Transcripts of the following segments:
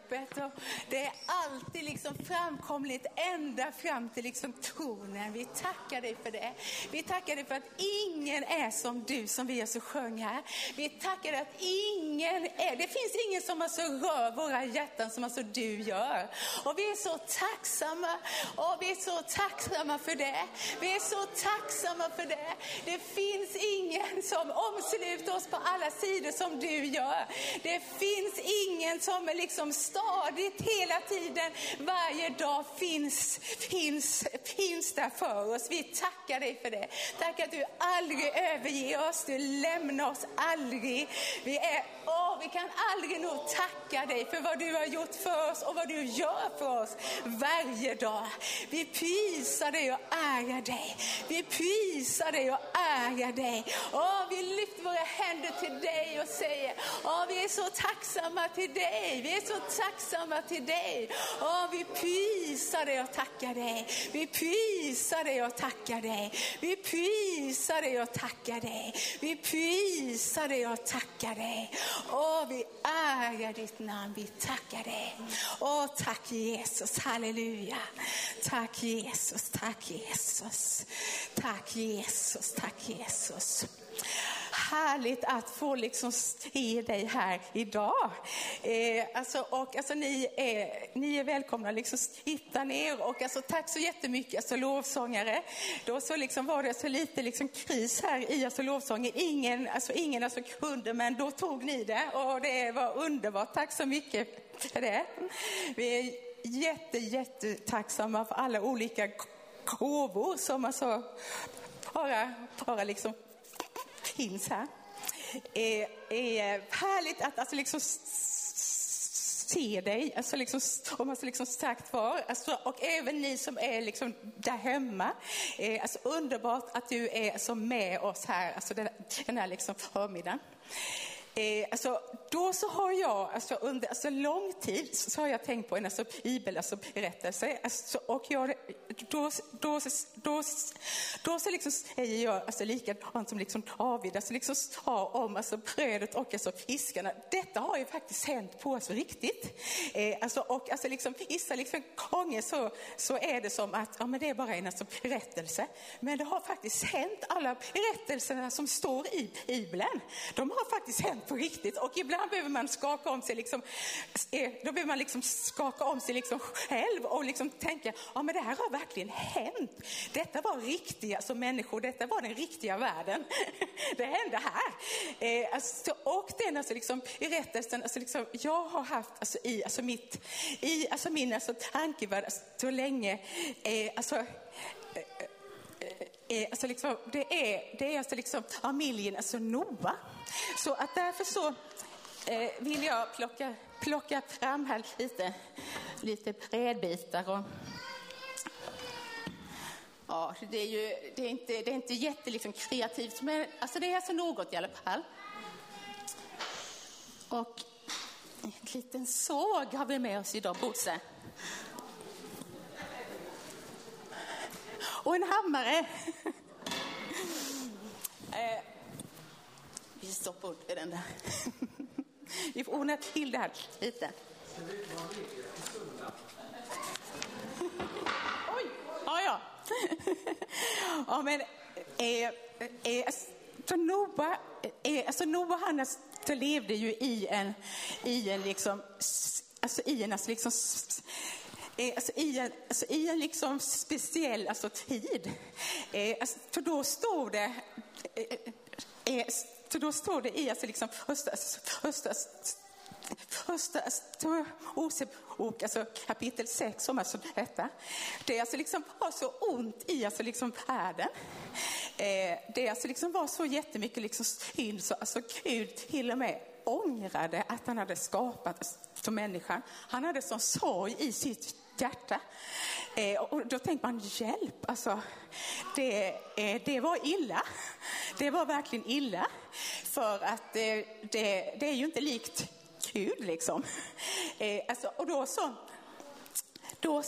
öppet och det är alltid liksom framkomligt ända fram till liksom tronen. Vi tackar dig för det. Vi tackar dig för att ingen är som du, som vi så sjöng här. Vi tackar dig att det finns ingen som alltså rör våra hjärtan som alltså du gör. Och vi är så tacksamma, och vi är så tacksamma för det. Vi är så tacksamma för det. Det finns ingen som omsluter oss på alla sidor som du gör. Det finns ingen som är liksom stadigt hela tiden, varje dag finns där för oss. Vi tackar dig för det. Tack att du aldrig överger oss, du lämnar oss aldrig. Vi kan aldrig nog tacka dig för vad du har gjort för oss och vad du gör för oss varje dag. Vi prisar dig och ärar dig. Vi prisar dig och ärar dig. Vi lyfter våra händer till dig och säger, vi är så tacksamma till dig. Vi är så tacksamma till dig. Vi prisar dig och tackar dig. Vi prisar dig och tackar dig. Vi prisar dig och tackar dig. Vi prisar dig och tackar dig. Vi ärar ditt namn. Vi tackar dig. Tack Jesus. Halleluja. Tack Jesus. Tack Jesus. Tack Jesus. Tack Jesus. Härligt att få liksom se dig här idag. Ni är välkomna liksom hitta ner, och tack så jättemycket lovsångare. Då så liksom var det så lite liksom kris här i lovsången. Ingen kunde, men då tog ni det och det var underbart. Tack så mycket för det. Vi är jättetacksamma för alla olika gåvor som bara liksom finns här. Härligt att liksom se dig, sagt var, och även ni som är liksom där hemma. Underbart att du är med oss här den här liksom förmiddagen. Då så har jag under lång tid så har jag tänkt på en bibelberättelse, och då så liksom säger jag likadant som liksom David om brödet och fiskarna. Detta har ju faktiskt hänt på oss riktigt. Vissa gånger så är det som att men det är bara en berättelse, men det har faktiskt hänt. Alla berättelserna som står i Bibeln, de har faktiskt hänt på riktigt, och ibland behöver man skaka om sig själv och tänka, men det här har verkligen hänt. Detta var riktiga människor, detta var den riktiga världen. Det hände här. Och den berättelsen jag har haft i min tankevärld så länge det är familjen Noa. Så att därför så vill jag plocka fram här lite brädbitar, och det är inte jätte kreativt, men det är något i alla fall. Och en liten såg har vi med oss idag, Bosse. Och en hammare. Vi stoppar upp den där. Vi får ordna till det här lite. Oj, ja. Ja, men Noa han levde ju i en speciell tid. För då står det i första Mosebok, kapitel 6, som detta. Det var så ont i världen. Det var så jättemycket synd, så Gud till och med ångrade att han hade skapat människan. Han hade sån sorg i sitt hjärta. Och då tänkte man, hjälp, det var illa. Det var verkligen illa, för att det är ju inte likt Gud liksom. Och då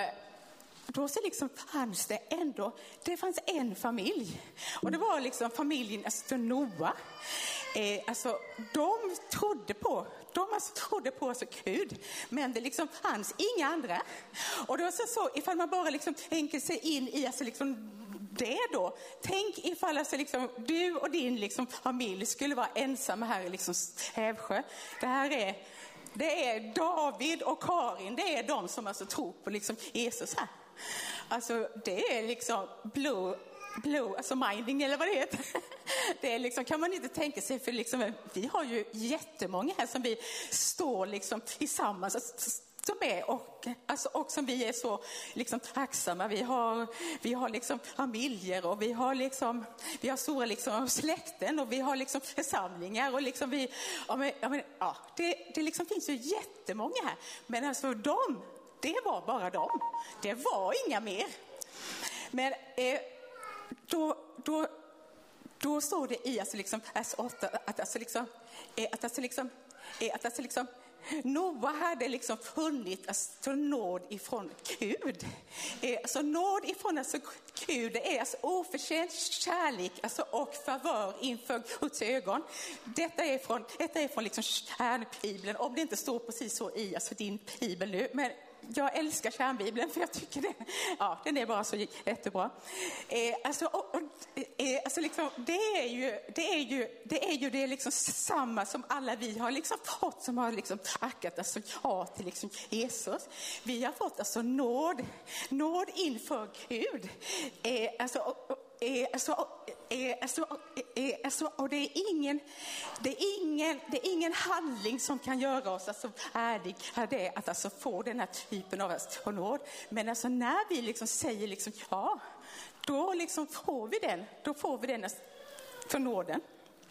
fanns det ändå, det fanns en familj, och det var familjen Noa. Alltså de trodde på Gud, men det liksom fanns inga andra. Och då så ifall man bara liksom tänker sig in i alltså liksom det då. Tänk ifall alltså liksom du och din liksom familj skulle vara ensamma här i liksom Sävsjö. Det är David och Karin, det är de som alltså tror på liksom Jesus här. Alltså det är liksom blow, alltså minding eller vad det heter. Det är liksom, kan man inte tänka sig, för liksom, vi har ju jättemånga här som vi står liksom tillsammans som är och som vi är så liksom tacksamma. Vi har liksom familjer och vi har stora liksom släkten och vi har liksom församlingar och liksom det liksom finns ju jättemånga här. Men alltså det var bara dem. Det var inga mer. Men då står det i alltså liksom vers 8 att Noa hade liksom funnit alltså nåd ifrån Gud. Alltså nåd ifrån alltså Gud, det är alltså oförtjänt kärlek alltså och favör inför Guds ögon. Detta är från liksom kärnbibeln, om det inte står precis så i alltså din bibel nu, men jag älskar kärnbibeln för jag tycker den är bara så jättebra. Alltså liksom, det är ju det liksom samma som alla vi har liksom fått som har liksom tackat alltså ja till liksom Jesus. Vi har fått alltså nåd inför Gud. Och det är ingen handling som kan göra oss alltså värdiga att alltså få den här typen av alltså nåd. Men alltså när vi liksom säger liksom ja, då liksom får vi den alltså, för nåden.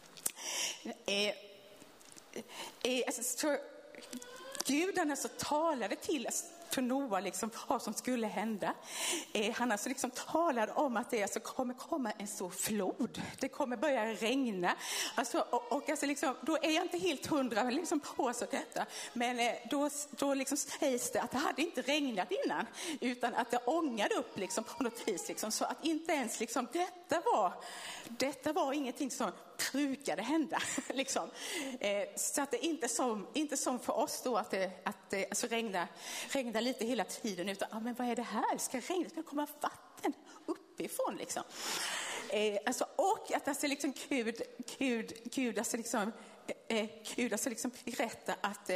Så Gud han alltså talade till för Noa liksom vad som skulle hända. Han alltså liksom talade om att det alltså kommer komma en stor flod. Det kommer börja regna. Alltså, och alltså liksom, då är jag inte helt 100 liksom på så detta. Men då liksom sägs det att det hade inte regnat innan. Utan att det ångade upp liksom på något vis. Liksom, så att inte ens liksom, detta var ingenting som brukade hända. Liksom. Så att det inte som för oss då att det alltså regna lite hela tiden, utan men vad är det här? Ska regna? Ska det komma vatten uppifrån liksom? Alltså, och att alltså liksom Gud alltså liksom berättar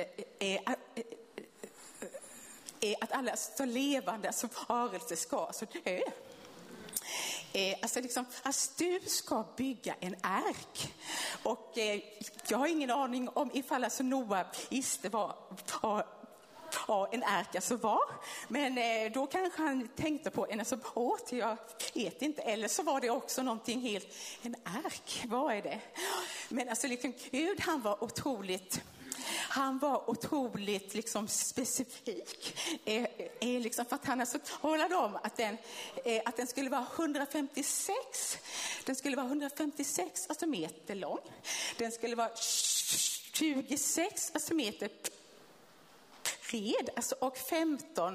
att alla så levande som varelser ska alltså dö. Alltså liksom, att du ska bygga en ark. Och jag har ingen aning om ifall alltså Noa visste vad en ark alltså var. Men då kanske han tänkte på en båt, jag vet inte. Eller så var det också någonting helt, en ark, vad är det? Men alltså liksom Gud, han var otroligt liksom specifik. Liksom för att han alltså talade om att den skulle vara 156. Den skulle vara 156 alltså meter lång. Den skulle vara 26 alltså meter bred, alltså, och 15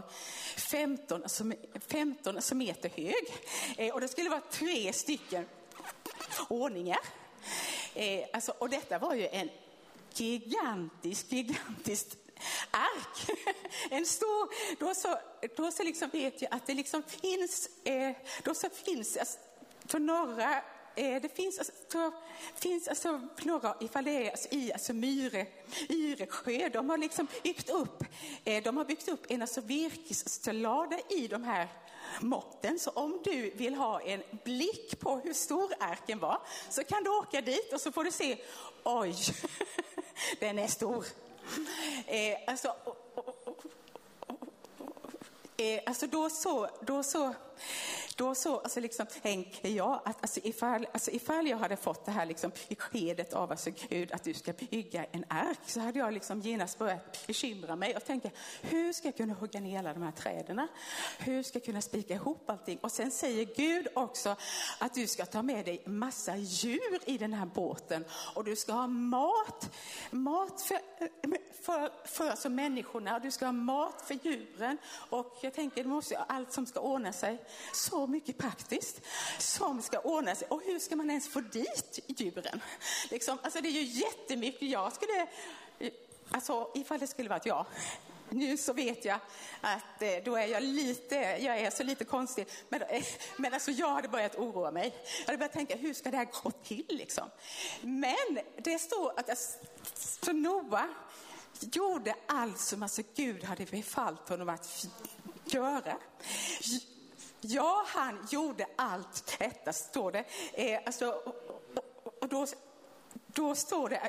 alltså meter hög. Och det skulle vara 3 stycken ordningar. Alltså, och detta var ju en gigantisk ark. En stor, då så liksom vet jag att det liksom finns, då så finns alltså, för några, det finns alltså några, ifall det är alltså, i alltså Myresjö, de har liksom byggt upp en alltså virkeslada i de här måtten. Så om du vill ha en blick på hur stor arken var, så kan du åka dit och så får du se, oj, den är stor. Alltså då så alltså liksom tänker jag att alltså ifall jag hade fått det här liksom beskedet av alltså Gud att du ska bygga en ark, så hade jag liksom genast börjat bekymra mig och tänka, hur ska jag kunna hugga ner alla de här träden? Hur ska jag kunna spika ihop allting? Och sen säger Gud också att du ska ta med dig massa djur i den här båten, och du ska ha mat för alltså människorna, och du ska ha mat för djuren. Och jag tänker, det måste allt som ska ordna sig, så så mycket praktiskt som ska ordna sig. Och hur ska man ens få dit djuren? Liksom, alltså det är ju jättemycket. Jag skulle, alltså ifall det skulle varit jag. Nu så vet jag att då är jag är så lite konstig. Men alltså jag hade börjat oroa mig. Jag hade börjat tänka, hur ska det här gå till liksom? Men det står att så Noa gjorde allt som alltså Gud hade befallt honom att göra. Ja, han gjorde allt detta, står det. Och då står det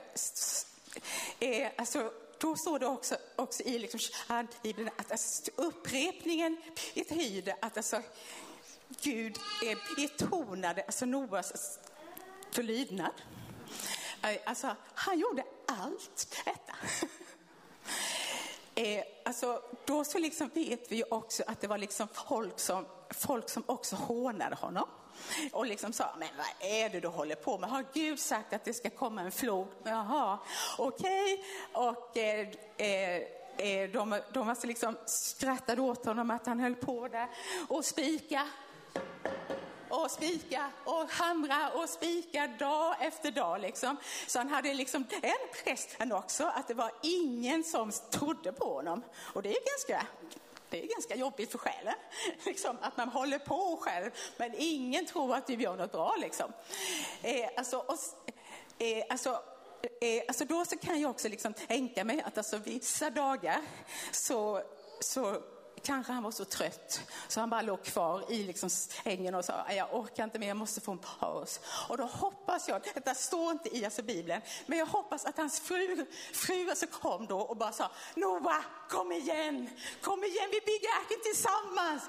då står det också i liksom Bibeln att upprepningen betyder att alltså Gud betonade alltså Noas lydnad. Alltså han gjorde allt detta. Alltså då så liksom vet vi ju också att det var liksom folk som också hånade honom. Och liksom sa, men vad är det du håller på med? Har Gud sagt att det ska komma en flod? Jaha, okej. Och de alltså liksom skrattade åt honom att han höll på där och spika och hamra och spika dag efter dag liksom. Så han hade liksom den pressen också, att det var ingen som trodde på honom. Och det är ganska jobbigt för själen. Liksom, att man håller på själv, men ingen tror att du gör något bra. Liksom. Alltså då så kan jag också liksom tänka mig att alltså vissa dagar så kanske han var så trött så han bara låg kvar i liksom sängen och sa, jag orkar inte mer, jag måste få en paus. Och då hoppas jag, detta står inte i alltså Bibeln, men jag hoppas att hans fru alltså kom då och bara sa, Noa, kom igen, vi bygger arken tillsammans.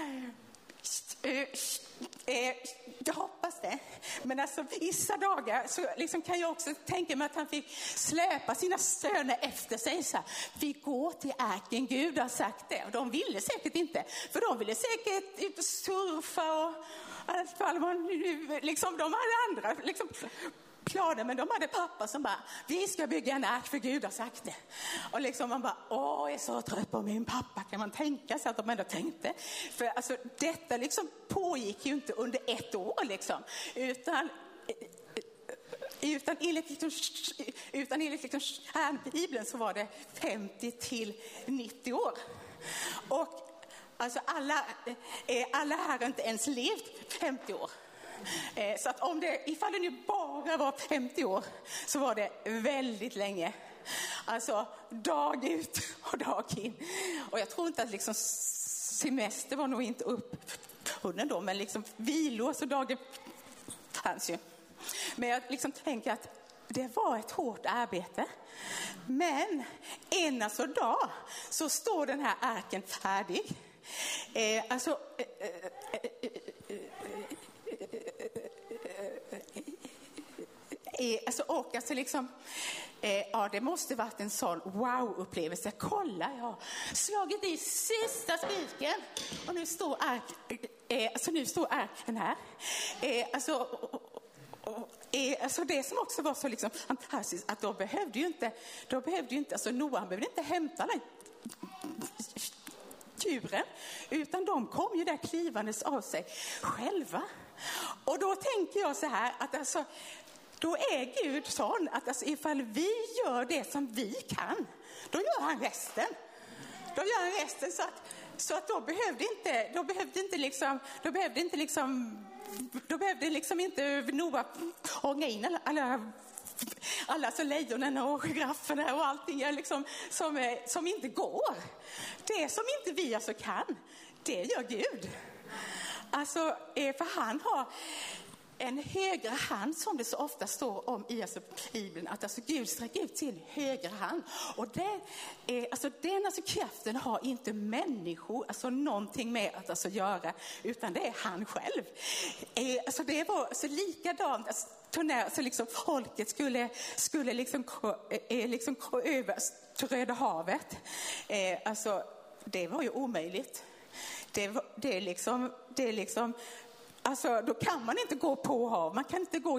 Jag hoppas det. Men alltså vissa dagar så liksom kan jag också tänka mig att han fick släpa sina söner efter sig. Så här, vi går till arken, Gud har sagt det. Och de ville säkert inte. För de ville säkert ut och surfa och i alla fall liksom, de hade andra liksom planer, men de hade pappa som bara, vi ska bygga en ark för Gud har sagt det. Och liksom man bara, jag är så trött på min pappa, kan man tänka sig att de ändå tänkte. För alltså detta liksom pågick ju inte under ett år liksom, utan enligt liksom Bibeln så var det 50 till 90 år. Och alltså alla har inte ens levt 50 år. Så att ifall det nu bara var 50 år så var det väldigt länge. Alltså dag ut och dag in. Och jag tror inte att liksom semester var nog inte upphunnen då, men liksom vilås och dagar fanns ju. Men jag liksom tänker att det var ett hårt arbete. Men en alltså dag så står den här arken färdig. Det måste varit en sån wow-upplevelse. Kolla, jag har slagit i sista spiken och nu står arken här. Det som också var så liksom fantastiskt, att då behövde ju inte alltså Noa behövde inte hämta alla djuren, utan de kom ju där klivandes av sig själva. Och då tänker jag så här att alltså, då är Gud sån att alltså, ifall vi gör det som vi kan, då gör han resten. Så att då behövde inte Noa ånga in alla så lejonen och girafferna och allting liksom, som inte går. Det som inte vi alltså kan, det gör Gud. Alltså, för han har en högre hand, som det så ofta står om i alltså Bibeln, att alltså Gud sträcker ut sin högra hand. Och den kraften har inte människor alltså någonting med att alltså göra, utan det är han själv. Alltså det var alltså likadant alltså, när alltså liksom folket skulle liksom gå över Röda havet. Alltså det var ju omöjligt. Det är liksom alltså då kan man inte gå på hav, man kan inte gå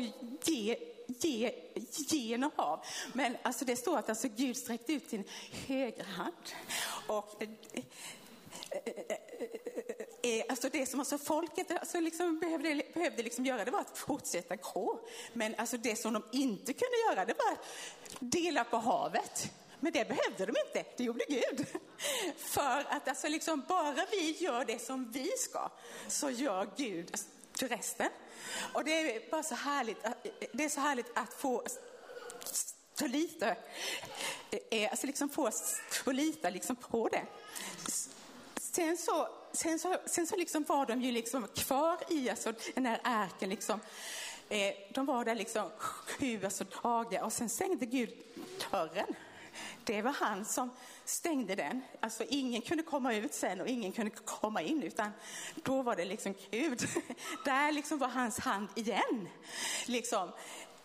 genom hav. Men alltså det står att alltså Gud sträckte ut sin högra hand. Alltså det som alltså folket alltså liksom behövde liksom göra, det var att fortsätta gå. Men alltså det som de inte kunde göra, det var att dela på havet. Men det behövde de inte, det gjorde Gud. För att alltså liksom bara vi gör det som vi ska, så gör Gud resten. Och det är bara så härligt, det är så härligt att få så lite, alltså liksom få så lite liksom på det. Sen så liksom var de ju liksom kvar i alltså den här ärken liksom. De var där liksom 7 alltså dagar och sen stängde Gud dörren. Det var han som stängde den. Alltså ingen kunde komma ut sen och ingen kunde komma in, utan då var det liksom Gud. Där liksom var hans hand igen. Liksom.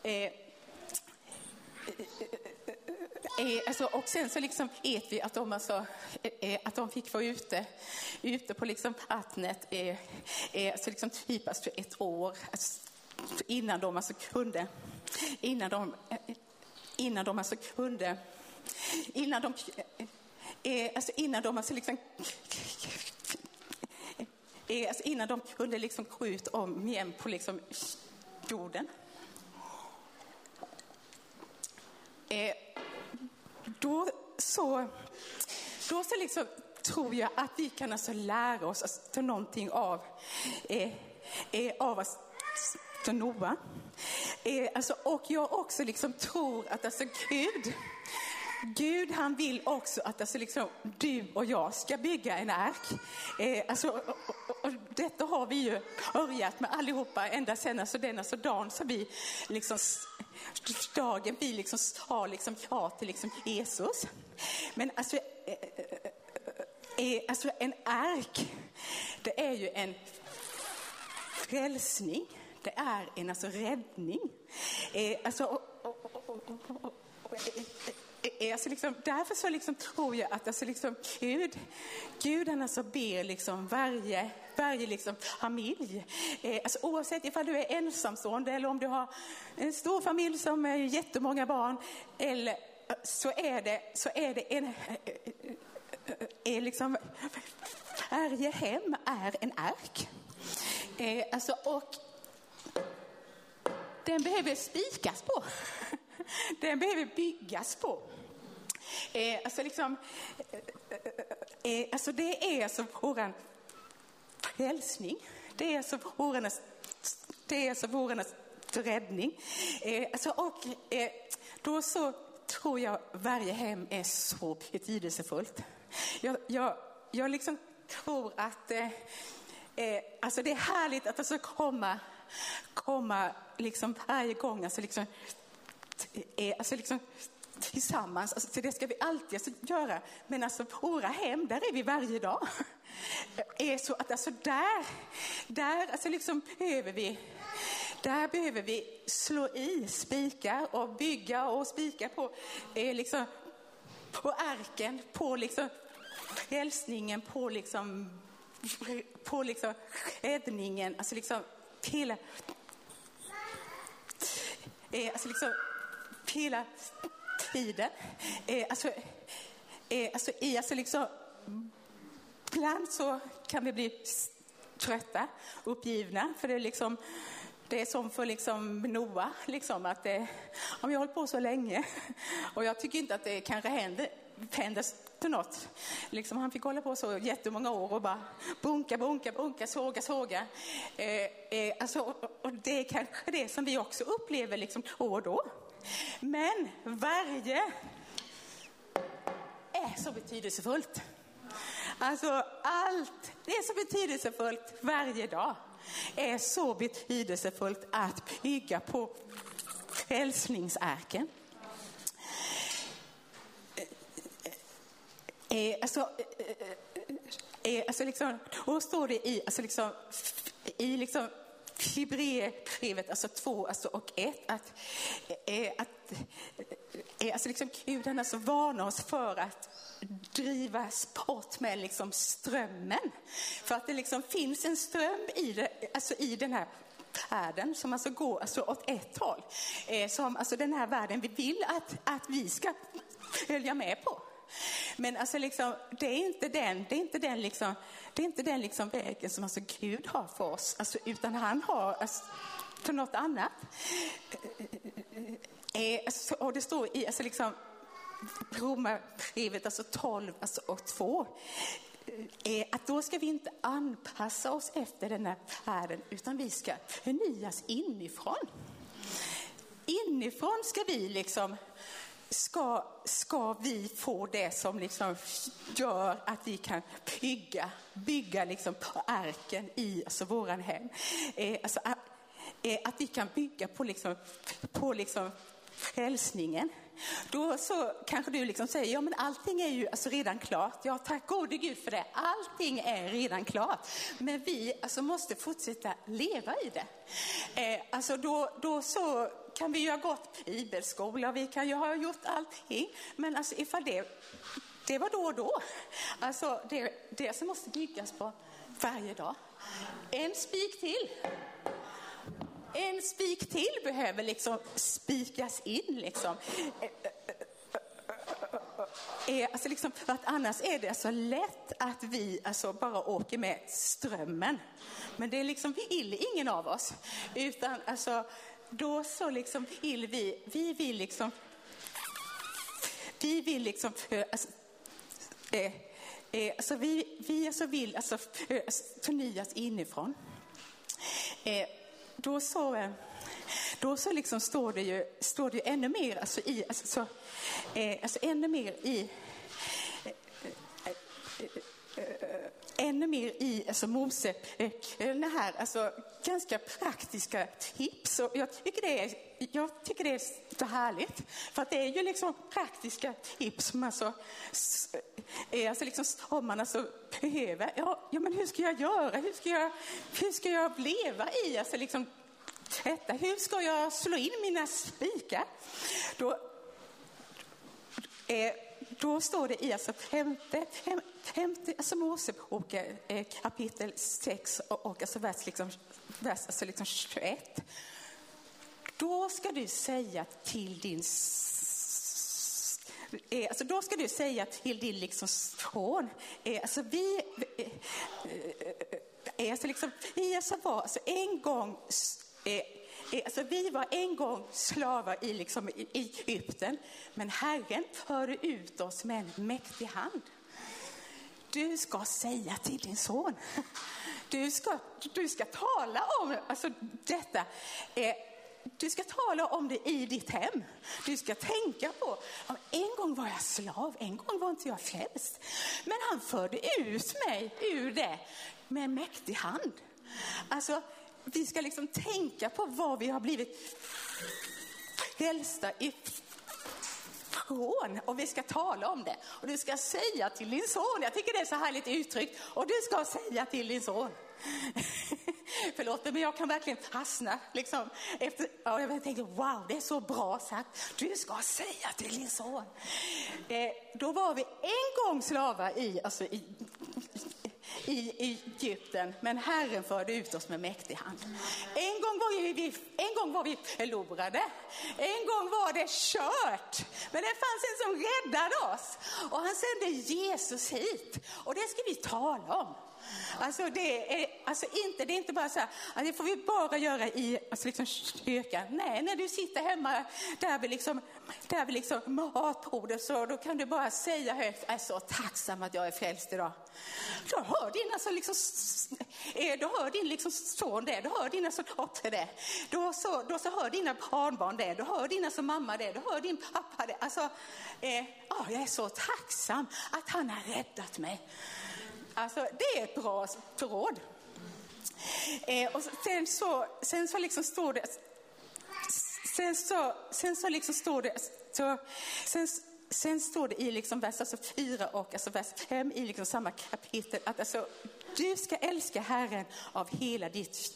Alltså, och sen så liksom vet vi att de, alltså, att de fick vara ute på liksom vattnet alltså liksom typ alltså 1 år alltså, innan de alltså kunde liksom gå ut om igen på liksom jorden. Då så liksom tror jag att vi kan alltså lära oss alltså någonting av oss Noa. Alltså, och jag också liksom tror att alltså Gud han vill också att alltså liksom du och jag ska bygga en ark. Alltså, och detta har vi ju börjat med allihopa ända sedan alltså den alltså dagen som vi liksom dagen vi liksom sa liksom ja till liksom Jesus. Men alltså alltså en ark, det är ju en frälsning. Det är en alltså räddning. Alltså alltså liksom, därför så liksom tror jag att alltså liksom Gud han alltså ber liksom varje liksom familj, alltså oavsett ifall du är ensamstående eller om du har en stor familj som är jättemånga barn, eller så är det en liksom varje hem är en ark. Alltså, och den behöver spikas på. Den behöver byggas på. Alltså liksom, alltså det är alltså våran frälsning. Det är alltså våran räddning. Alltså, och då så tror jag varje hem är så betydelsefullt. Jag liksom tror att alltså det är härligt att alltså komma liksom varje gång alltså liksom tillsammans, alltså det ska vi alltid alltså göra, men alltså våra hem, där är vi varje dag. Är så att alltså där alltså liksom behöver vi slå i spikar och bygga och spika på liksom på arken, på liksom frälsningen, på liksom räddningen, alltså liksom hela alltså liksom hela tiden. Alltså liksom ibland så kan vi bli trötta, uppgivna, för det är liksom det är som för liksom Noa liksom att om jag håller på så länge och jag tycker inte att det kanske händer något. Liksom, han fick hålla på så jättemånga år och bara bunka, såga. Alltså, och det är kanske det som vi också upplever liksom då och då. Men varje är så betydelsefullt. Alltså allt, det är så betydelsefullt varje dag. Är så betydelsefullt att bygga på frälsningsarken. Alltså liksom, och står det i Hebreerbrevet alltså 2 alltså och 1 att alltså liksom Gud han alltså varnar oss för att driva sport med liksom strömmen, för att det liksom finns en ström i det, alltså i den här världen som alltså går alltså åt ett håll, som alltså den här världen vi vill att vi ska följa med på. Men alltså liksom, det är inte den liksom vägen som alltså Gud har för oss, alltså, utan han har alltså, för något annat. Och det står i alltså liksom Romarbrevet alltså 12 alltså, och 2 att då ska vi inte anpassa oss efter den här världen, utan vi ska förnyas inifrån. Inifrån ska vi liksom ska vi få det som liksom gör att vi kan bygga liksom på arken i alltså våran hem. Att vi kan bygga på liksom frälsningen. Då så kanske du liksom säger, ja men allting är ju alltså redan klart. Ja, tack gode Gud för det. Allting är redan klart. Men vi alltså måste fortsätta leva i det. Alltså då så kan vi ju ha gått bibelskola, vi kan ju ha gjort allting. Men alltså ifall det var då och då. Alltså det som måste byggas på varje dag. En spik till behöver liksom spikas in liksom. Alltså liksom, för att annars är det så lätt att vi alltså bara åker med strömmen. Men det är liksom vill ingen av oss, utan alltså då så liksom vi vill liksom alltså vi alltså vill alltså förnyas inifrån. Då så liksom står det ju ännu mer alltså i alltså ännu mer i alltså Mose den här alltså ganska praktiska tips, och jag tycker det är så härligt, för att det är ju liksom praktiska tips som alltså liksom om man alltså behöver ja men hur ska jag göra, hur ska jag leva i alltså liksom detta, hur ska jag slå in mina spikar? Då står det i alltså femte alltså Mosebok kapitel 6 och alltså vers 21. Då ska du säga till din liksom son, alltså vi var en gång slavar i liksom Egypten, men Herren förde ut oss med en mäktig hand. Du ska säga till din son. Du ska tala om alltså detta. Du ska tala om det i ditt hem. Du ska tänka på, en gång var jag slav, en gång var inte jag frälst. Men han förde ut mig ur det med en mäktig hand. Alltså, vi ska liksom tänka på vad vi har blivit frälsta ifrån, och vi ska tala om det. Och du ska säga till din son, jag tycker det är så härligt uttryckt, och du ska säga till din son. Förlåt, men jag kan verkligen fastna liksom efter, ja, jag tänker wow, det är så bra sagt. Du ska säga till din son. Då var vi en gång slavar i Egypten, men Herren förde ut oss med mäktig hand. En gång var vi förlorade. En gång var det kört. Men det fanns en som räddade oss, och han sände Jesus hit, och det ska vi tala om. Alltså det är inte bara så här, det får vi bara göra i alltså liksom kyrkan. Nej, när du sitter hemma där vi liksom matbordet, så då kan du bara säga högt, jag är så tacksam att jag är frälst idag. Då hör din alltså liksom son det, då hör dina dotter det. Då så hör dina barnbarn det, då hör dina som mamma det, då hör din pappa det. Alltså jag är så tacksam att han har räddat mig. Alltså det är ett bra förråd. Och sen så liksom står det sen står det i liksom vers alltså 4 och alltså vers 5 i liksom samma kapitel att alltså du ska älska Herren av hela ditt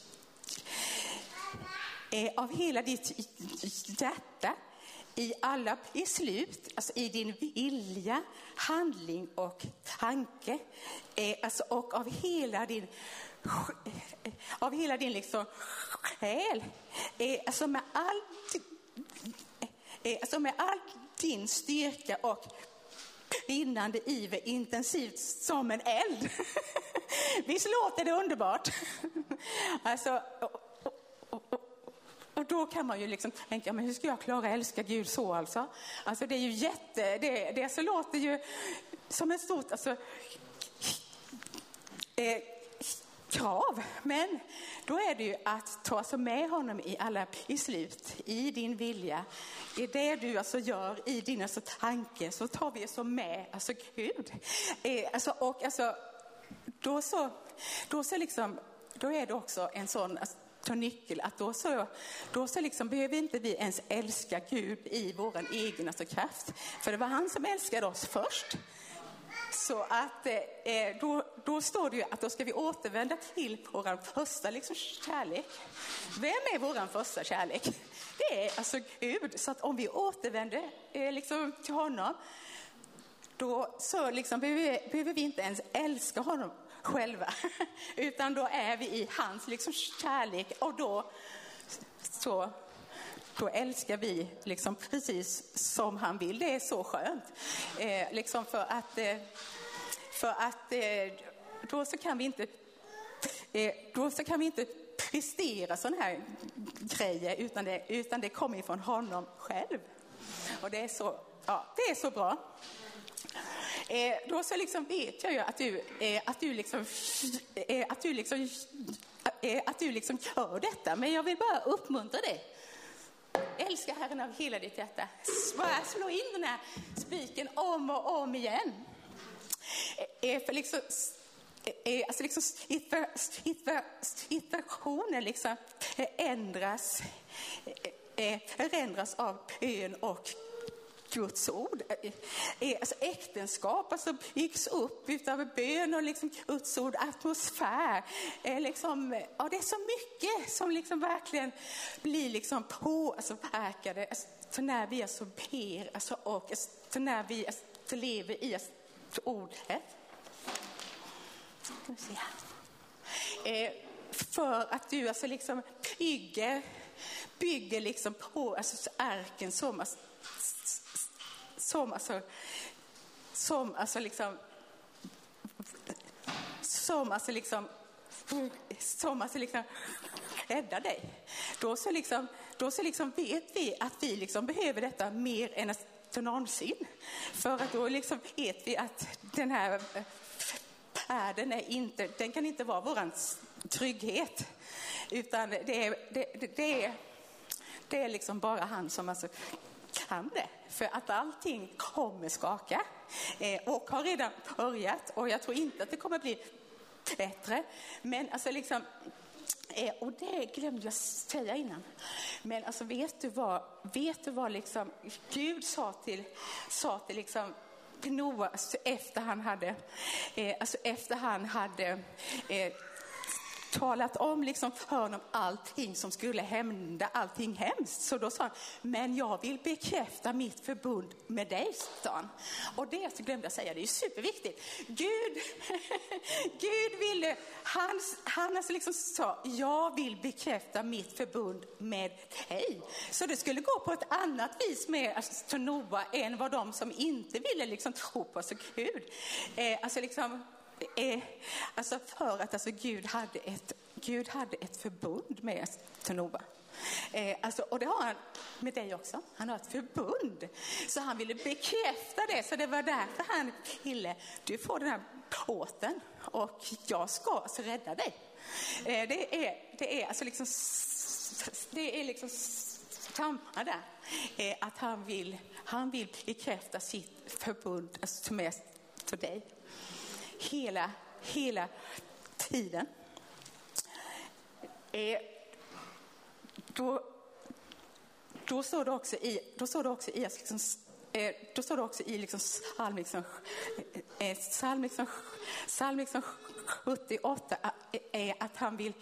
hjärta, i alla beslut, alltså i din vilja, handling och tanke, alltså och av hela din liksom själ, alltså med all din styrka och brinnande iver intensivt som en eld. Visst låter det underbart? Alltså, och då kan man ju liksom tänka, men hur ska jag klara att älska Gud så alltså? Alltså det är ju det så låter ju som ett stort krav. Men då är det ju att ta så med honom i alla beslut, i din vilja, i det du alltså gör, i dina tankar, så tar vi så med alltså Gud. Då är det också en sån nyckel att då så liksom behöver inte vi ens älska Gud i våran egen kraft, för det var han som älskade oss först. Så att då står det ju att då ska vi återvända till våran första liksom kärlek. Vem är våran första kärlek? Det är alltså Gud. Så att om vi återvänder liksom till honom, då så liksom behöver vi inte ens älska honom själva, utan då är vi i hans liksom kärlek, och då älskar vi liksom precis som han vill. Det är så skönt. Liksom för att då så kan vi inte prestera sån här grejer, utan det kommer ifrån honom själv. Och det är så bra. Då så liksom vet jag ju att du liksom gör detta, men jag vill bara uppmuntra dig. Älska Herren av hela ditt hjärta. Bara slå in den här spiken om och om igen. För liksom situationen liksom ändras av bön och Guds ord. Alltså äktenskap alltså byggs upp utav bön och liksom Guds ord, atmosfär. Liksom, ja, det är så mycket som liksom verkligen blir liksom påverkade alltså, när vi alltså ber alltså, och alltså, när vi alltså, lever i alltså, ordet. För att du alltså liksom bygger liksom på alltså, arken som räddar dig. Då så liksom vet vi att vi liksom behöver detta mer än någonsin. För att då liksom vet vi att den här världen den kan inte vara våran trygghet, utan det är liksom bara han som alltså kan det. För att allting kommer skaka och har redan börjat, och jag tror inte att det kommer bli bättre. Men alltså liksom, och det glömde jag säga innan. Men alltså vet du vad liksom Gud sa till liksom Noa efter han hade talat om liksom för honom allting som skulle hända, allting hemskt. Så då sa han, men jag vill bekräfta mitt förbund med dig, stan. Och det så glömde jag säga, det är superviktigt. Gud ville, han alltså liksom sa, jag vill bekräfta mitt förbund med dig. Så det skulle gå på ett annat vis med alltså, Noa än vad de som inte ville liksom tro på så Gud. Alltså för att alltså Gud hade ett förbund med Noa. Alltså, och det har han med dig också. Han har ett förbund. Så han ville bekräfta det. Så det var därför han ville, du får den här båten och jag ska alltså rädda dig. Det är alltså liksom, det är liksom samma där. Att han vill bekräfta sitt förbund alltså med dig. Hela tiden. Då står det också i liksom psalm 78 att han vill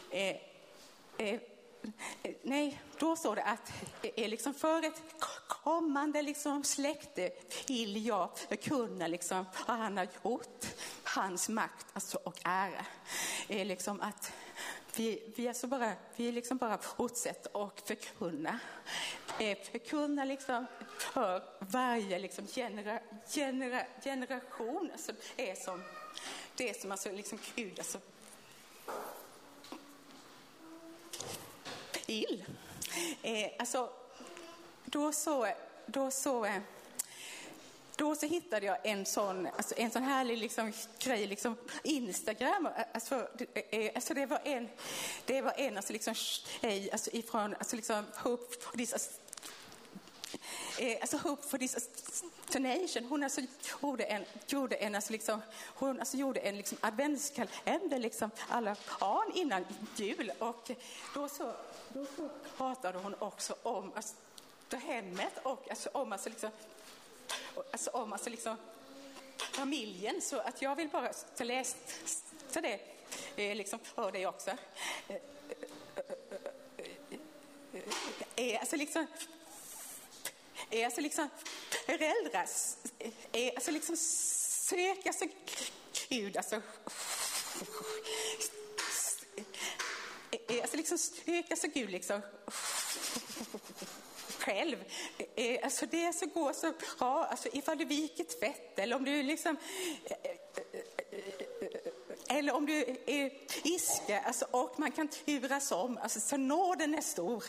då står det att liksom för ett kommande liksom släkte vill jag kunna liksom vad han har gjort, hans makt alltså, och ära. Liksom att vi liksom bara fortsätter och förkunna förkunna liksom för varje liksom generation. Alltså det är som alltså liksom Gud alltså vill. Alltså då så hittade jag en sån härlig liksom grej liksom Instagram. Alltså det var en alltså liksom tjej alltså ifrån alltså liksom Hope for this nation. Hon alltså gjorde en liksom adventskalender liksom alla barn innan jul, och då så pratade hon också om alltså hemmet och alltså om alltså liksom familjen, så att jag vill bara läsa det liksom för dig också. Alltså liksom föräldrar alltså liksom söka så Gud alltså liksom söka så Gud liksom själv. Alltså det så går så bra alltså ifall du viker tvätt, eller om du liksom eller om du är iska alltså, och man kan turas om alltså, så nåden är stor.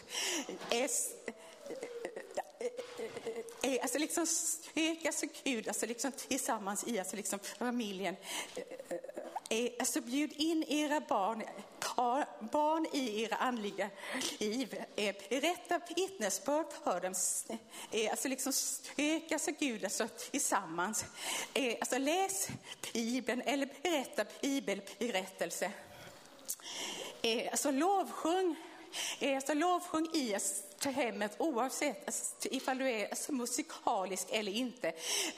Alltså liksom söka så Gud alltså liksom tillsammans i alltså liksom familjen. Alltså bjud in era barn i era andliga liv. Berätta vittnesbörd för dem. Alltså liksom söka så Gud alltså tillsammans. Alltså läs Bibeln eller berätta bibelberättelse. Alltså lovsjung i hemmet, oavsett ifall du är alltså musikalisk eller inte.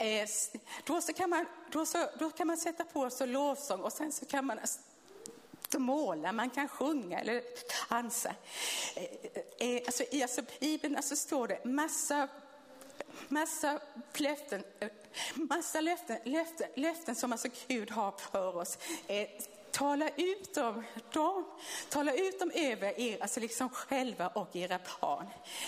Då kan man sätta på så lovsång, och sen så kan man måla, man kan sjunga eller dansa. Alltså i Bibeln alltså står det massa löften som alltså Gud har för oss. Tala ut dem över er alltså liksom själva och era barn.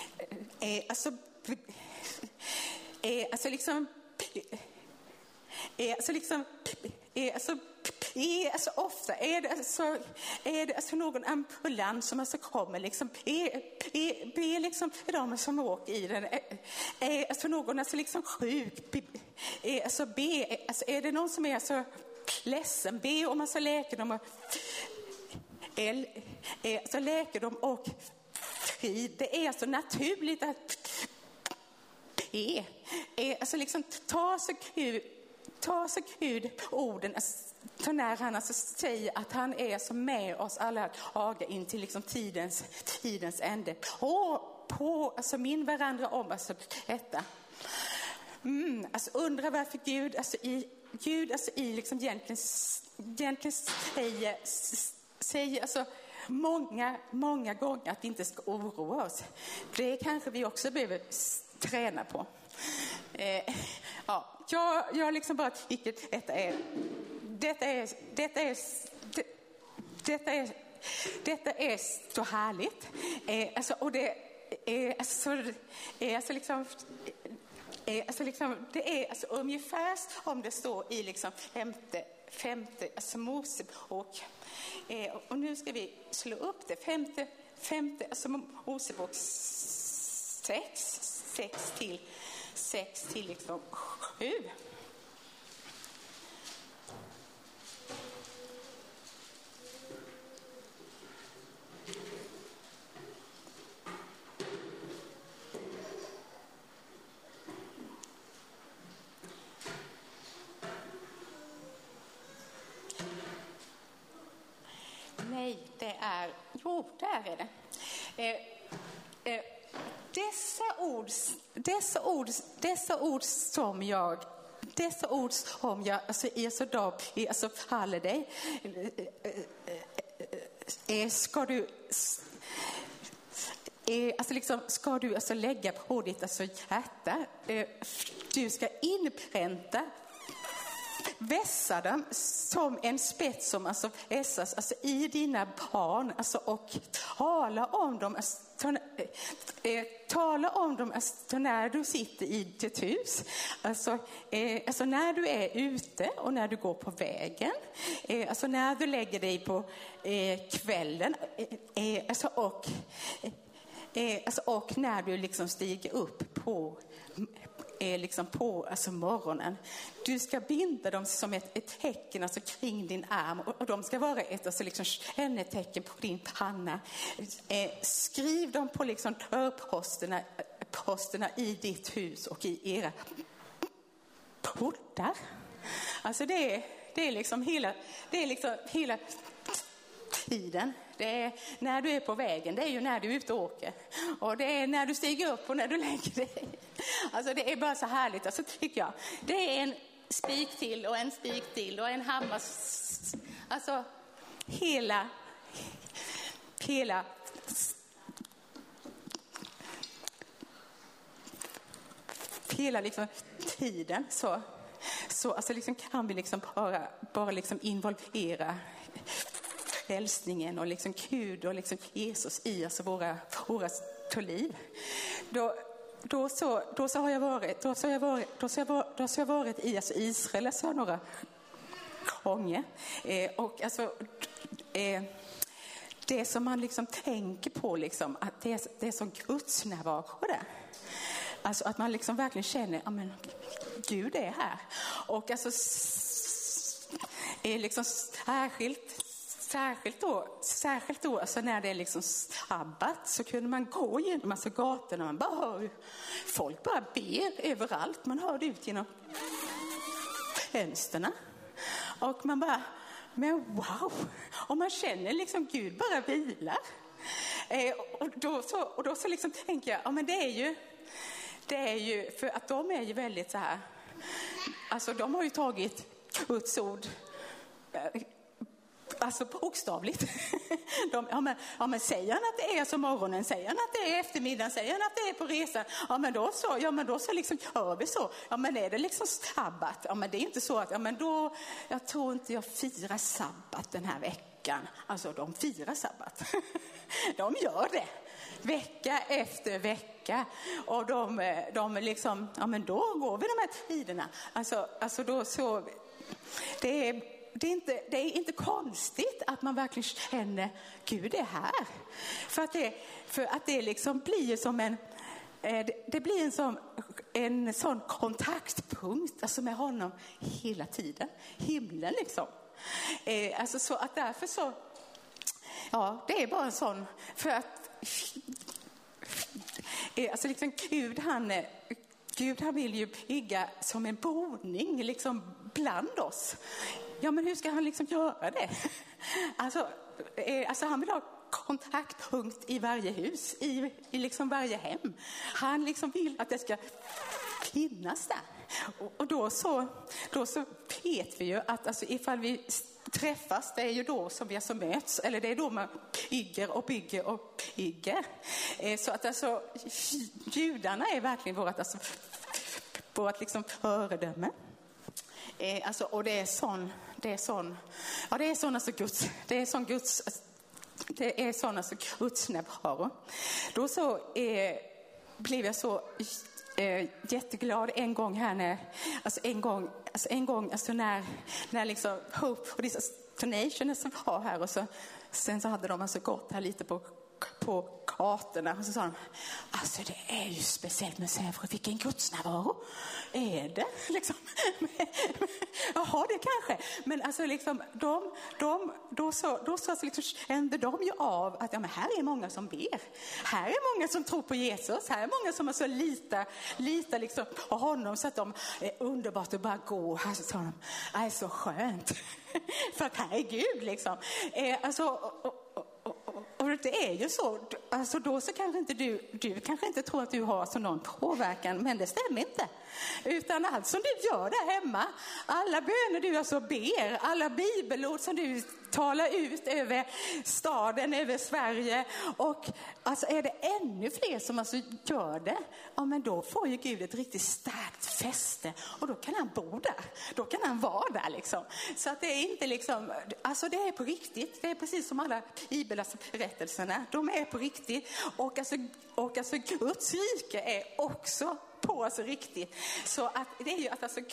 Ofta är det alltså någon ambulans som alltså kommer liksom be liksom för dem som åker i den. Alltså någon alltså liksom sjuk. Alltså är det någon som är alltså ledsen, be om alltså läkedom och frid. Det är alltså naturligt att be. Alltså liksom ta så Gud orden så när han alltså säger att han är så med oss alla dagar in till liksom tidens ände. På alltså min varandra om alltså detta. Alltså undra varför Gud i liksom egentligen säger alltså många gånger att vi inte ska oroa oss. Det kanske vi också behöver träna på. Jag liksom bara tycker detta är så härligt. Alltså, och det är det är alltså ungefär om det står i liksom femte alltså Mosebok. Och nu ska vi slå upp det. Femte alltså Mosebok 6 till liksom 7. Nej, där är det. Dessa ord som jag alltså är så dag alltså faller dig. Ska du alltså lägga på ditt alltså hjärta. Du ska inpränta vässa dem som en spets som alltså vässas alltså i dina barn alltså, och tala om dem alltså, när du sitter i ditt hus, alltså när du är ute och när du går på vägen, alltså när du lägger dig på kvällen, och när du liksom stiger upp på alltså morgonen. Du ska binda dem som ett tecken alltså kring din arm, och de ska vara ett alltså liksom kännetecken på din panna. Skriv dem på liksom dörrposterna i ditt hus och i era portar. Alltså det är liksom hela tiden. Det är när du är på vägen, det är ju när du är ute och åker. Och det är när du stiger upp och när du lägger dig. Alltså det är bara så härligt, alltså tycker jag. Det är en spik till och en spik till och en hammare. Alltså hela liksom tiden så alltså liksom kan vi liksom bara liksom involvera frälsningen och liksom Gud och liksom Jesus i alltså våra liv. Då har jag varit i alltså Israel alltså några gånger, och alltså det som man liksom tänker på liksom att det är som Guds närvaro där. Alltså att man liksom verkligen känner att Gud är här. Och alltså liksom särskilt då alltså när det är liksom sabbat, så kunde man gå igenom alltså gatorna, man bara hör folk bara ber överallt, man hör det ut genom fönsterna och man bara, men wow, och man känner liksom Gud bara vilar. Och då så liksom tänker jag, ja men det är ju för att de är ju väldigt så här, alltså de har ju tagit Guds ord alltså bokstavligt. Men säger han att det är så morgonen, säger han att det är eftermiddagen, säger han att det är på resan, då så liksom gör vi så. Ja men är det liksom sabbat? Ja men det är inte så att, jag tror inte jag firar sabbat den här veckan. Alltså de firar sabbat. De gör det. Vecka efter vecka. Och de liksom, då går vi de här tiderna. Alltså då så, det är inte konstigt att man verkligen känner Gud är här. För att det liksom blir som det blir en sån kontaktpunkt alltså med honom hela tiden. Himlen liksom. Alltså så att därför så, ja, det är bara en sån, för att alltså liksom Gud han vill ju bygga som en boning liksom bland oss. Ja men hur ska han liksom göra det? Alltså han vill ha kontaktpunkt i varje hus, i liksom varje hem. Han liksom vill att det ska finnas där. Och då så vet vi ju att alltså ifall vi träffas, det är ju då som vi alltså möts, eller det är då man bygger och bygger och bygger. Så att alltså judarna är verkligen vårt liksom föredöme. Alltså, och det är sån Guds närvaro. Då så blev jag så jätteglad en gång här när liksom Hope och dessa donationer som var här, och så sen så hade de alltså gått här lite på gatorna och så sa de, alltså det är ju speciellt med Sävre, vilken gudsnärvaro är det liksom. Jaha, det kanske, men alltså liksom då så liksom kände de ju av att ja, men här är många som ber, här är många som tror på Jesus, här är många som alltså litar liksom på honom, så att de är underbart att bara gå här, så sa de, det är så skönt för att här är Gud liksom. Och det är ju så, alltså då så kanske inte du kanske inte tror att du har så någon påverkan, men det stämmer inte. Utan allt som du gör där hemma, alla böner du alltså ber, alla bibelord som du talar ut över staden, över Sverige, och alltså är det ännu fler som alltså gör det, ja men då får ju Gud ett riktigt starkt fäste och då kan han bo där, då kan han vara där liksom. Så att det är inte liksom, alltså det är på riktigt, det är precis som alla bibelberättelserna, de är på riktigt, och alltså Guds rike är också på oss riktigt. Så att det är ju att alltså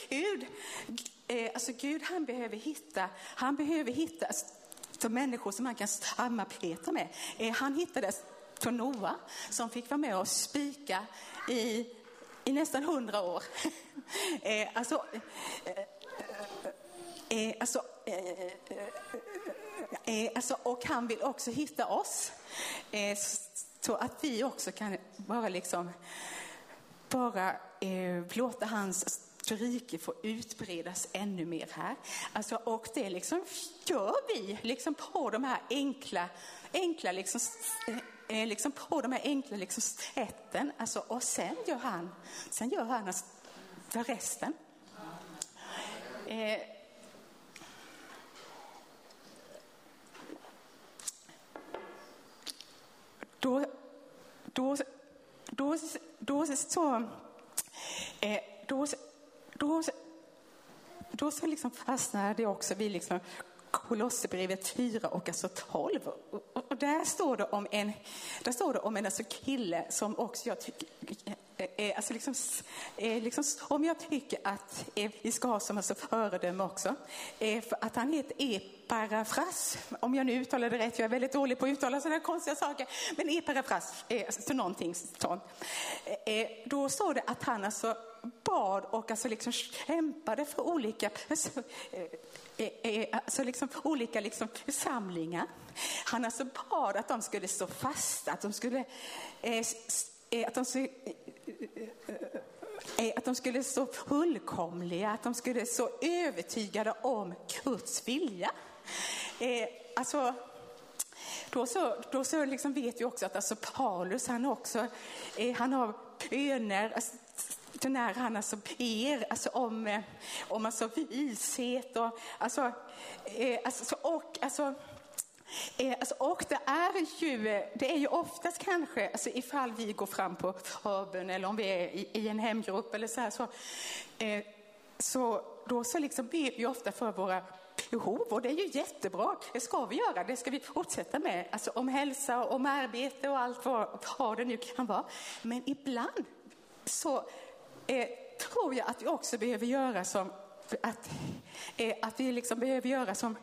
Gud han behöver hitta alltså, människor som man kan samarbeta med. Han hittade för Noa som fick vara med och spika i nästan 100 år. Och han vill också hitta oss så att vi också kan låta hans rike få utbredas ännu mer här. Alltså, och det liksom gör vi liksom på de här enkla sätten. Alltså, och sen gör han alltså för resten. Då så liksom fastnar det också vid liksom Kolosserbrevet 4 och alltså 12. Och där står det om en alltså kille som också jag tycker alltså liksom om jag tycker att vi ska ha som alltså föredöme också, för att han heter Eparafras, om jag nu uttalar det rätt, jag är väldigt dålig på att uttala sådana konstiga saker, men Eparafras alltså någonting sånt. Då står det att han alltså bad och alltså liksom kämpade för olika olika församlingar. Han alltså bad att de skulle stå fasta, att de skulle stå fullkomliga, att de skulle stå övertygade om Guds vilja. Då så liksom vet vi också att alltså Paulus han har böner när han alltså ber alltså om alltså vishet och och det är ju oftast kanske alltså ifall vi går fram på förbön eller om vi är i en hemgrupp eller så då så liksom ber vi ofta för våra behov, och det är ju jättebra, det ska vi göra, det ska vi fortsätta med, alltså om hälsa och om arbete och allt vad det nu kan vara. Men ibland så tror jag att vi också behöver göra som att vi liksom behöver göra som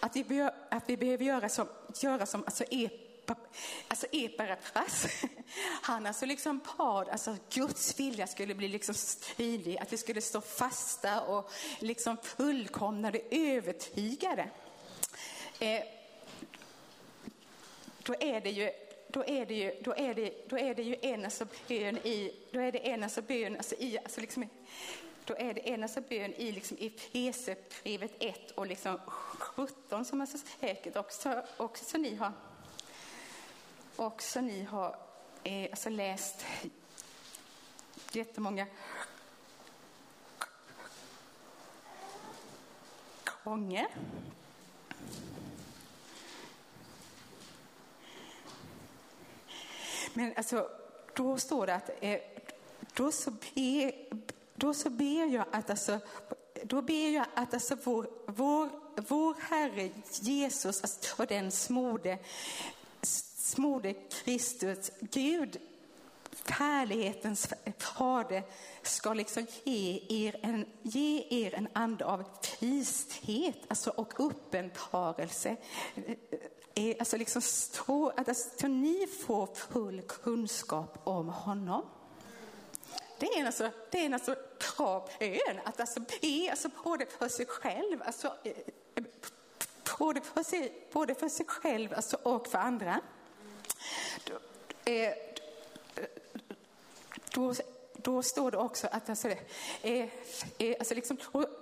Eparafras. Han alltså liksom bad alltså Guds vilja skulle bli liksom tydlig, att vi skulle stå fasta och liksom fullkomnade, övertygade. Då är det en bön i Efesierbrevet 1 och liksom 17 som alltså säkert också ni har alltså läst jättemånga gånger. Men alltså då står det att då ber jag att vår Herre Jesus och den smorde Kristus, Gud, härlighetens fader, ska liksom ge er en ande av vishet alltså, och uppenbarelse. Alltså liksom så ni får full kunskap om honom. Det är en bra bön att alltså be alltså både för sig själv alltså både för sig själv alltså, och för andra. Då står det också att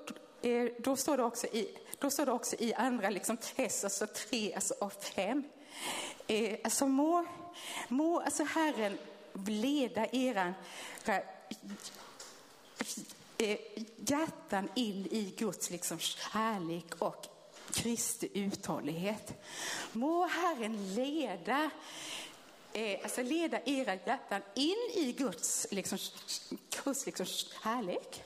då står det också i andra liksom Tess alltså 3 alltså, och 5 Alltså må alltså Herren leda era hjärtan in i Guds liksom kärlek och Kristi uthållighet. Må Herren leda era hjärtan in i Guds liksom kärlek.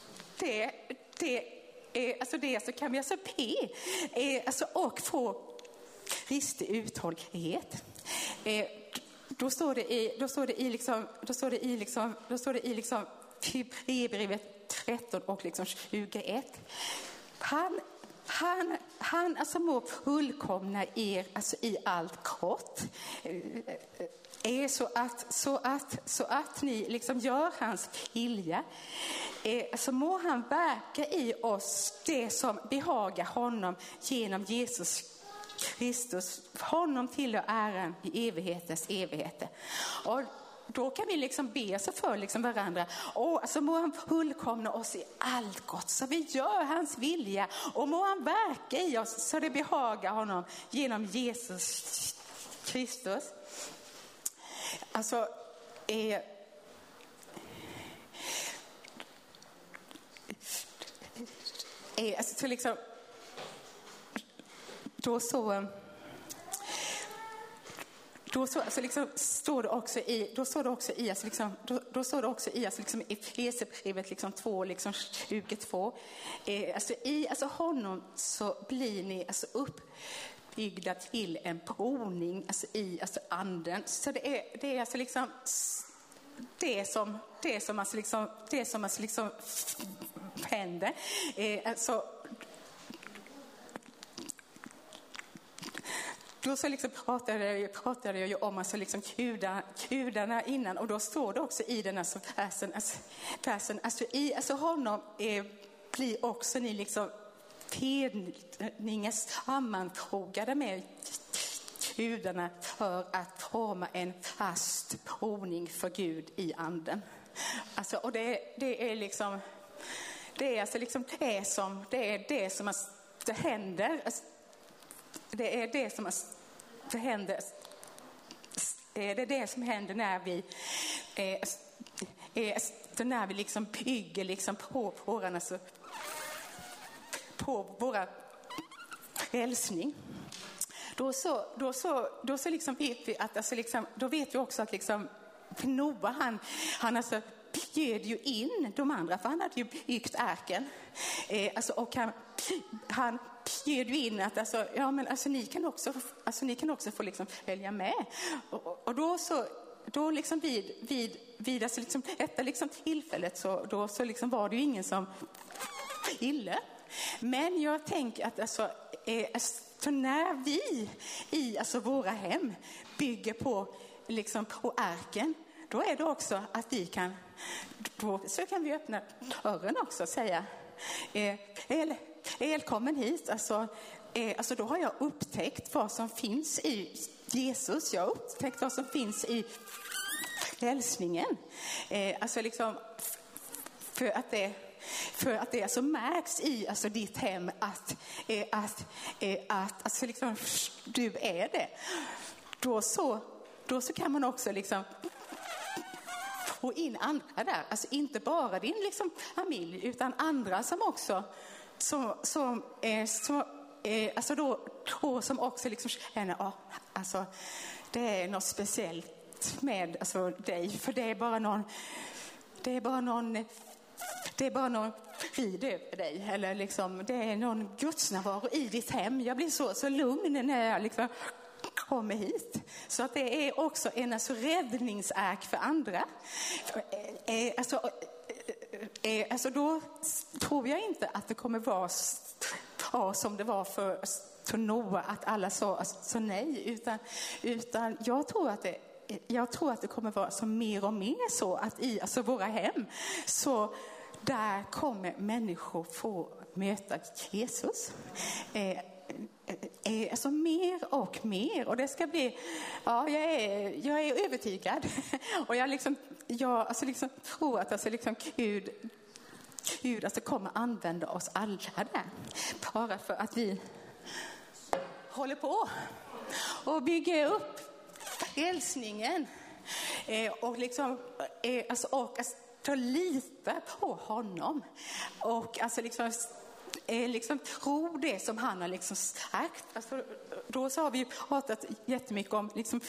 Så kan vi alltså be och få Kristi uthållighet. Då står det i Hebreerbrevet 13 och liksom 21. Han alltså må fullkomna er alltså i allt gott, så att ni liksom gör hans vilja. Så må han verka i oss det som behagar honom genom Jesus Kristus. Honom tillhör äran i evighetens evigheter. Och då kan vi liksom be så för liksom varandra. Alltså må han fullkomna oss i allt gott, så vi gör hans vilja. Och må han verka i oss så det behagar honom genom Jesus Kristus. Alltså så liksom då står det också i Efesierbrevet liksom 2 liksom 22. Alltså honom så blir ni alltså uppbyggda till en boning alltså i alltså anden. Så det är alltså liksom det som händer. Då så liksom pratade jag ju om alltså liksom gudarna innan, och då står det också i den alltså versen alltså honom blir också ni liksom pedningens sammanfogade med gudarna för att forma en fast boning för Gud i anden. Alltså, och det är liksom det är alltså liksom det som det händer. Alltså, det är det som händer. Det är det som händer när vi liksom bygger liksom på våra frälsning. Då så liksom vet vi att alltså liksom, då vet vi också att liksom Noa han alltså bjöd ju in de andra, för han hade ju byggt arken. Och han bjöd ju in att ni kan också få liksom följa med. Och då liksom vid alltså liksom detta liksom tillfället så liksom var det ju ingen som ville. Men jag tänker att så när vi i alltså våra hem bygger på liksom på arken, då är det också att vi kan vi öppna dörren också och säga välkommen hit. Alltså då har jag upptäckt vad som finns i Jesus. Jag har upptäckt vad som finns i frälsningen. Alltså liksom för att det alltså märks i alltså ditt hem att alltså liksom du är det. Då så kan man också liksom få in andra där. Alltså inte bara din liksom familj, utan andra som också som också liksom känner alltså det är något speciellt med alltså dig, för det är bara någon frid över dig, eller liksom det är någon gudsnärvaro i ditt hem. Jag blir så lugn när jag liksom kommer hit. Så att det är också en alltså räddningsark för andra. Alltså då tror jag inte att det kommer vara som det var för Noa, att alla sa nej, utan jag tror att det kommer vara så mer och mer så att i alltså våra hem så där kommer människor få möta Jesus. Alltså mer och mer, och det ska bli, jag är övertygad, och jag tror att alltså liksom Gud alltså kommer använda oss alla där, bara för att vi håller på och bygga upp frälsningen och liksom och lita på honom och liksom tro det som han har liksom sagt. Då så har vi pratat jättemycket om liksom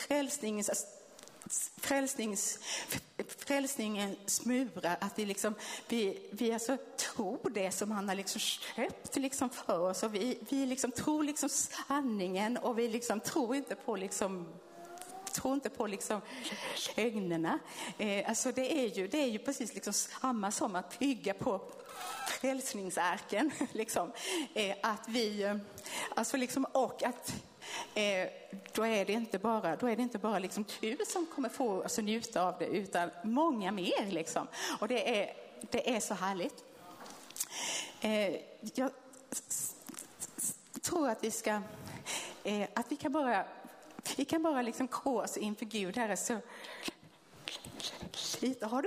frälsningens murar, att vi alltså tror det som han har liksom köpt liksom för oss, och vi liksom tror liksom sanningen, och vi liksom tror inte på lögnerna. Alltså det är ju precis liksom samma som att bygga på frälsningsarken liksom, att vi alltså liksom, och att då är det inte bara liksom du som kommer få alltså njuta av det, utan många mer liksom, och det är så härligt. Jag tror att vi kan bara liksom gå oss inför Gud här, så lite har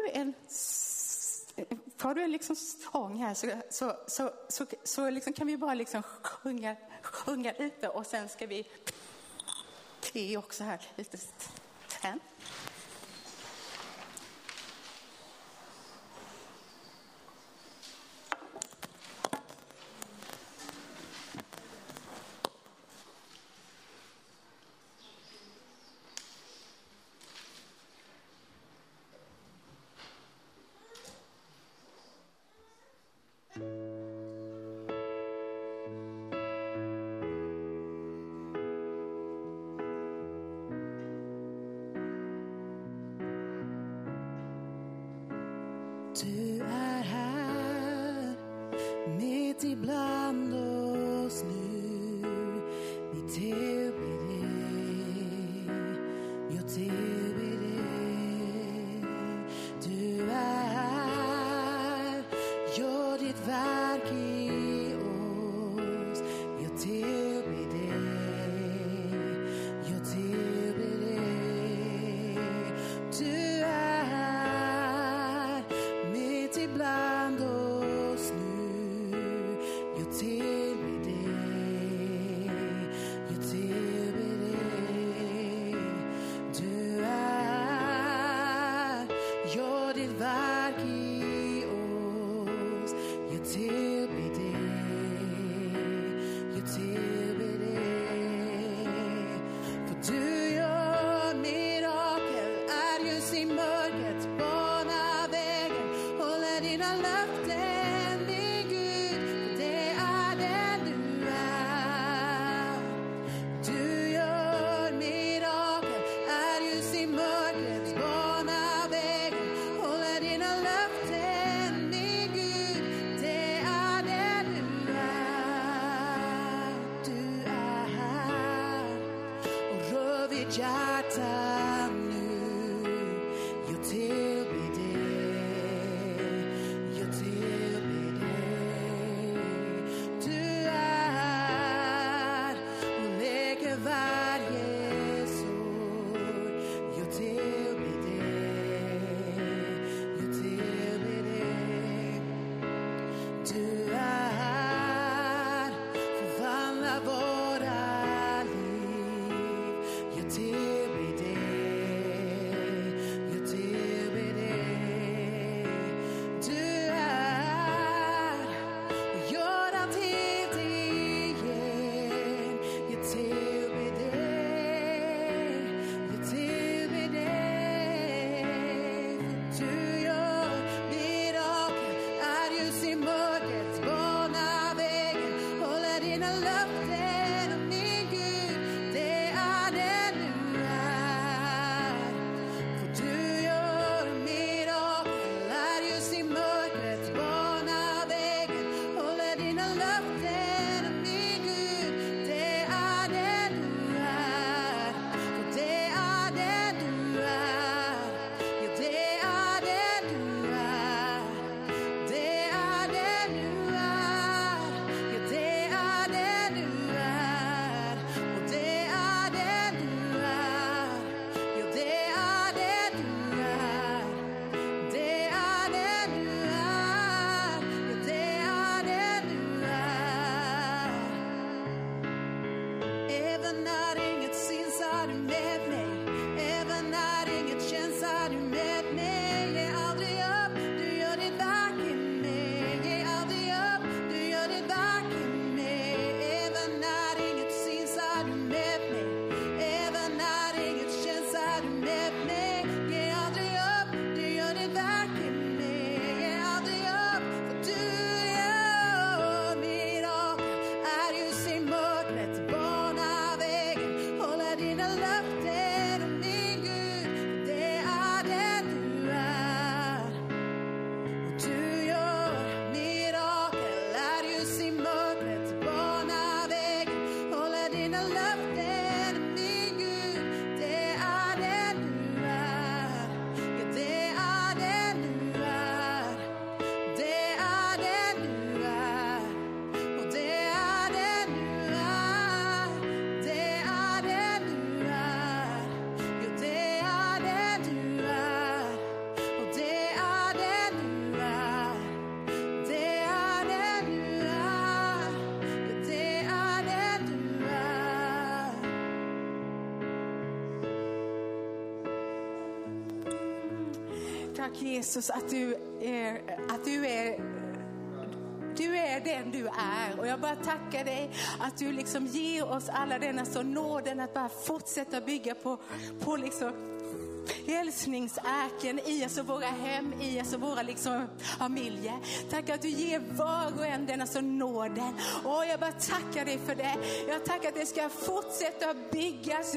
du en liksom sång här, så liksom kan vi bara liksom sjunga lite, och sen ska vi be också här lite sen. Du är här mitt ibland oss nu. Vi tillber dig, jag tillber dig. Du är här, gör ditt verk i oss. Jag tillber dig, jag tillber dig. Du är här ibland oss nu. Jag tillber dig, jag tillber dig. Du är, gör ditt verk i oss. Jag tillber dig, jag tillber dig. För du gör mirakel, är ljus i mörkret, bana vägen, håller dina löften, min Gud, det är den du är. Du gör mirakel, är ljus i mörkret, bana vägen, håller dina löften, min Gud, det är den du är. Du är här och rör vid hjärtan nu. Jag tillber dig, jag tillber dig. Du är och läker varje sår. Jag tillber dig, jag tillber dig. Du är här, förvandlar våra liv. Jag tillber dig, jag tillber dig. Du är och gör allt helt igen. Jag tillber dig, jag tillber dig. För du gör mirakel, är ljus i mörkret, banar vägen, håller dina löften, min Gud, det är den du är. För du gör mirakel, är ljus i mörkret, banar vägen, håller dina löften, min Gud, det är den du är. För det är den du är, ja det är den du är. Det är den du är, ja det är den du är. Och det är den du är, ja det är den du är. Det är den du är, ja det är den du är. Även när inget syns tack Jesus att du är den du är. Och jag bara tackar dig att du liksom ger oss alla denna så nåden att bara fortsätta bygga på liksom hälsningsärken i alltså våra hem, i alltså våra liksom familjer. Tack att du ger var och en denna så nåden. Och jag bara tackar dig för det. Jag tackar att det ska fortsätta byggas.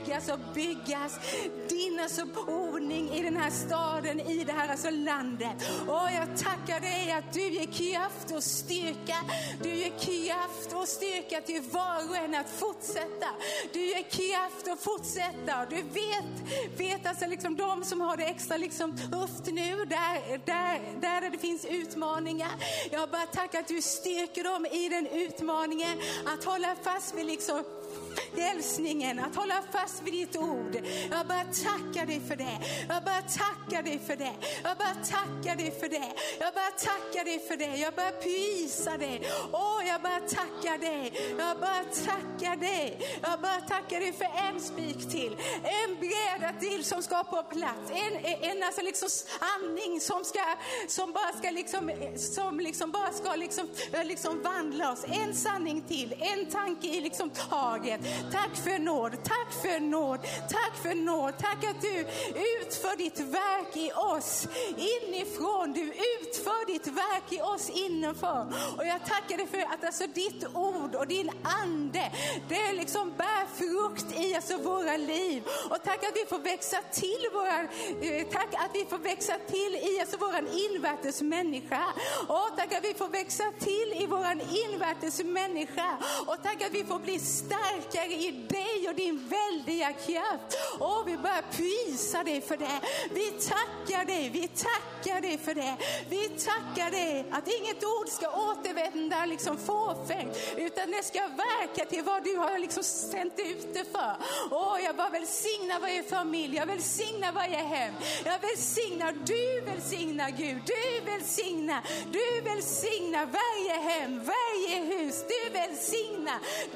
Din alltså ordning i den här staden, i det här alltså landet. Och jag tackar dig att du ger kraft och styrka. Du ger kraft och styrka till var och en att fortsätta. Du ger kraft att fortsätta. Du vet alltså liksom de som har det extra liksom tufft nu, där det finns utmaningar. Jag bara tackar att du styrker dem i den utmaningen att hålla fast vid liksom hälsningen, att hålla fast vid ditt ord. Jag bara tackar dig för det. Jag bara tackar dig för det. Jag bara tackar dig för det. Jag bara tackar dig för det. Jag bara prisar dig. Jag bara tackar dig. Jag bara tackar dig. Jag bara tackar dig för en spik till. En bräda till som ska på plats. En alltså liksom andning som bara ska liksom vandla oss. En sanning till. En tanke i liksom taget. Tack för nåd, tack för nåd, tack för nåd. Tack att du utför ditt verk i oss inifrån. Du utför ditt verk i oss innanför. Och jag tackar dig för att alltså ditt ord och din ande, det liksom bär frukt i alltså våra liv. Och tack att vi får växa till tack att vi får växa till i alltså våran invärtes människa. Och tack att vi får växa till i våran invärtes människa. Och tack att vi får bli starkare i dig och din väldiga kraft. Och vi bara prisa dig för det. Vi tackar dig för det. Vi tackar dig att inget ord ska återvända liksom fåfängt, utan det ska verka till vad du har liksom sänt ut det för. Jag bara välsignar varje familj, jag välsignar varje hem, jag välsignar, du välsignar Gud, du välsignar varje hem, varje hus, du välsignar.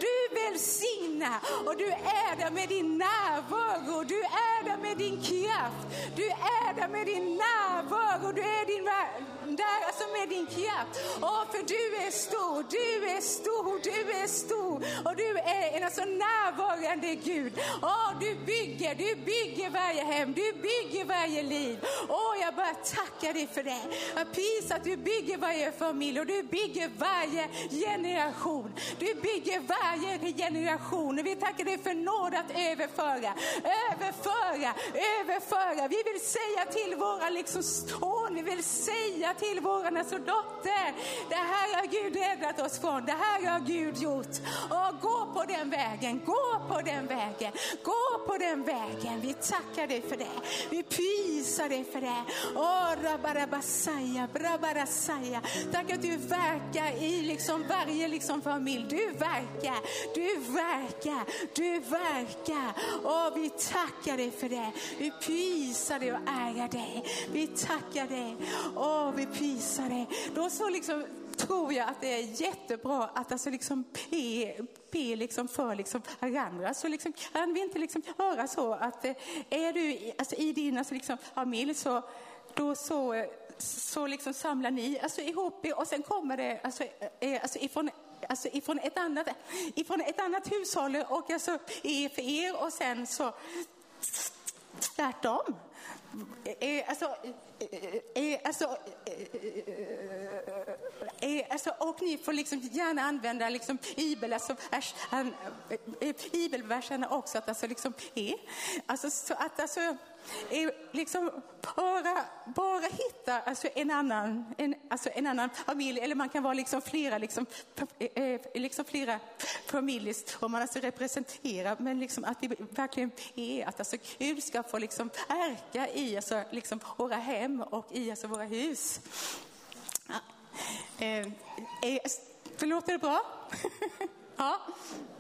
Och du är där med din närvaro, du är där med din kraft, du är där med din närvaro, du är där alltså med din kraft. För du är stor. Och du är en alltså närvarande Gud. Du bygger varje hem, du bygger varje liv. Jag bara tackar dig för det. Jag prisar att du bygger varje familj och du bygger varje generation. Du bygger varje generation. Vi tackar dig för nåd att överföra. Vi vill säga till våra liksom son, vi vill säga till våra alltså dotter, det här har Gud räddat oss från, det här har Gud gjort. Gå på den vägen. Vi tackar dig för det. Vi prisar dig för det. Rabarabasaya. Tack att du verkar i liksom varje liksom familj. Du verkar. Vi tackar dig för det. Vi prisar dig och ärar dig. Vi tackar dig. Vi prisar dig. Då så liksom tror jag att det är jättebra att alltså liksom be liksom för liksom varandra. Så liksom kan vi inte liksom höra så att är du alltså i din alltså liksom familj så då så liksom samlar ni alltså ihop och sen kommer det alltså ifrån ett annat hushåll och alltså för er och sen så tvärtom. Och ni får liksom gärna använda liksom bibelverserna också att alltså liksom så att alltså liksom bara hitta alltså en annan familj, eller man kan vara liksom flera familjer om man alltså representerar, men liksom att det verkligen är att alltså Gud ska få liksom ärka i alltså liksom våra hem och i alltså våra hus. Låter det bra? Ja.